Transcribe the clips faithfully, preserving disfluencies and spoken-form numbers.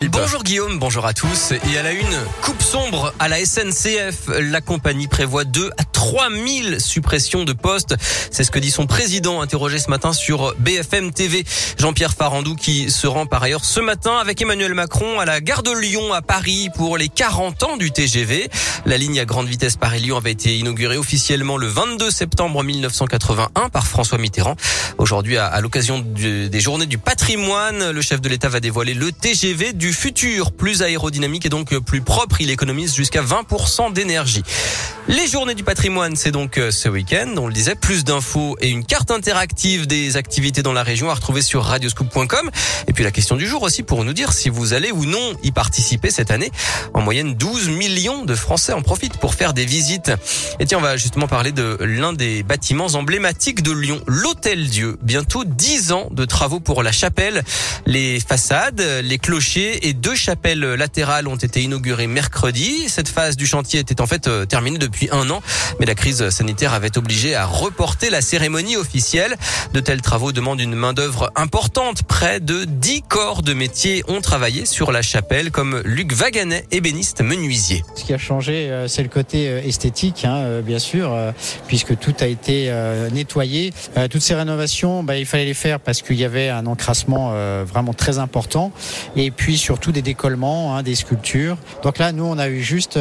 Philippe. Bonjour Guillaume, bonjour à tous. Et à la une, coupe sombre à la S N C F. La compagnie prévoit deux à trois mille suppressions de postes. C'est ce que dit son président, interrogé ce matin sur B F M T V. Jean-Pierre Farandou qui se rend par ailleurs ce matin avec Emmanuel Macron à la gare de Lyon à Paris pour les quarante ans du T G V. La ligne à grande vitesse Paris-Lyon avait été inaugurée officiellement le vingt-deux septembre mille neuf cent quatre-vingt-un par François Mitterrand. Aujourd'hui, à, à l'occasion du, des journées du patrimoine, le chef de l'État va dévoiler le T G V du futur, plus aérodynamique et donc plus propre. Il économise jusqu'à vingt pour cent d'énergie. Les journées du patrimoine, c'est donc ce week-end. On le disait, plus d'infos et une carte interactive des activités dans la région à retrouver sur radioscoop point com. Et puis la question du jour aussi pour nous dire si vous allez ou non y participer cette année. En moyenne, douze millions de Français en profitent pour faire des visites. Et tiens, on va justement parler de l'un des bâtiments emblématiques de Lyon, l'Hôtel-Dieu. Bientôt dix ans de travaux pour la chapelle. Les façades, les clochers et deux chapelles latérales ont été inaugurées mercredi. Cette phase du chantier était en fait euh, terminée depuis un an, mais la crise sanitaire avait obligé à reporter la cérémonie officielle. De tels travaux demandent une main-d'œuvre importante. Près de dix corps de métier ont travaillé sur la chapelle, comme Luc Vaganet, ébéniste menuisier. Ce qui a changé, c'est le côté esthétique, hein, bien sûr, puisque tout a été nettoyé. Toutes ces rénovations, bah, il fallait les faire parce qu'il y avait un encrassement vraiment très important, et puis surtout des décollements, hein, des sculptures. Donc là, nous, on a eu juste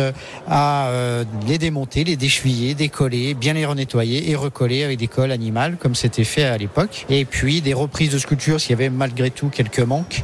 à les démonter, les décheviller, décoller, bien les renettoyer et recoller avec des colles animales, comme c'était fait à l'époque. Et puis des reprises de sculptures, s'il y avait malgré tout quelques manques.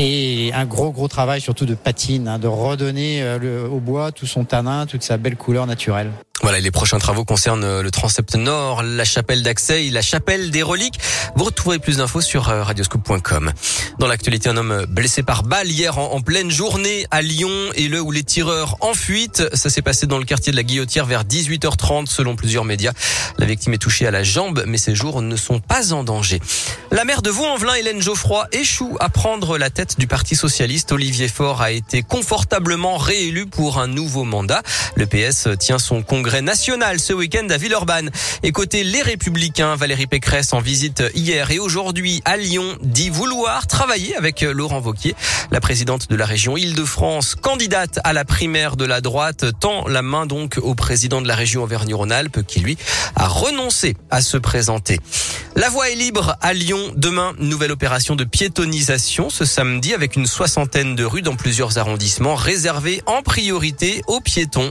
Et un gros, gros travail surtout de patine, hein, de redonner le, au bois tout son tanin, toute sa belle couleur naturelle. Voilà, les prochains travaux concernent le transept nord, la chapelle d'Axeil, la chapelle des Reliques. Vous retrouverez plus d'infos sur radioscoop point com. Dans l'actualité, un homme blessé par balle hier en, en pleine journée à Lyon et le où les tireurs en fuite. Ça s'est passé dans le quartier de la Guillotière vers dix-huit heures trente selon plusieurs médias. La victime est touchée à la jambe, mais ses jours ne sont pas en danger. La maire de Vaux-en-Velin, Hélène Geoffroy, échoue à prendre la tête du Parti socialiste. Olivier Faure a été confortablement réélu pour un nouveau mandat. Le P S tient son congrès national ce week-end à Villeurbanne. Et côté les Républicains, Valérie Pécresse en visite hier et aujourd'hui à Lyon dit vouloir travailler avec Laurent Wauquiez. La présidente de la région Île-de-France, candidate à la primaire de la droite, tend la main donc au président de la région Auvergne-Rhône-Alpes qui lui a renoncé à se présenter. La voie est libre à Lyon. Demain, nouvelle opération de piétonisation ce samedi avec une soixantaine de rues dans plusieurs arrondissements réservées en priorité aux piétons.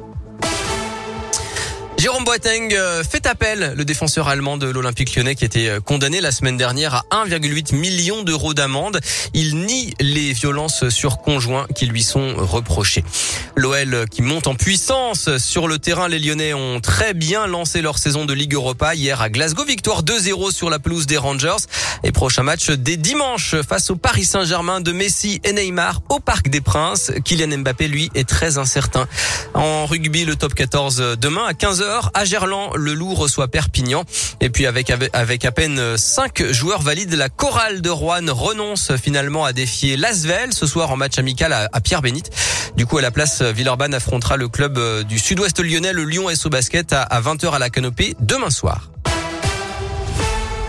Jérôme Boateng fait appel, le défenseur allemand de l'Olympique lyonnais qui était condamné la semaine dernière à un virgule huit million d'euros d'amende. Il nie les violences sur conjoints qui lui sont reprochées. L'O L qui monte en puissance sur le terrain. Les Lyonnais ont très bien lancé leur saison de Ligue Europa hier à Glasgow. Victoire deux zéro sur la pelouse des Rangers. Et prochain match dès dimanche face au Paris Saint-Germain de Messi et Neymar au Parc des Princes. Kylian Mbappé, lui, est très incertain. En rugby, le top quatorze demain à quinze heures. À Gerland, le Loup reçoit Perpignan. Et puis avec, avec à peine cinq joueurs valides, la chorale de Roanne renonce finalement à défier l'Asvel ce soir en match amical à, à Pierre-Bénite. Du coup, à la place, Villeurbanne affrontera le club du sud-ouest lyonnais, le Lyon S O Basket, à vingt heures à la Canopée demain soir.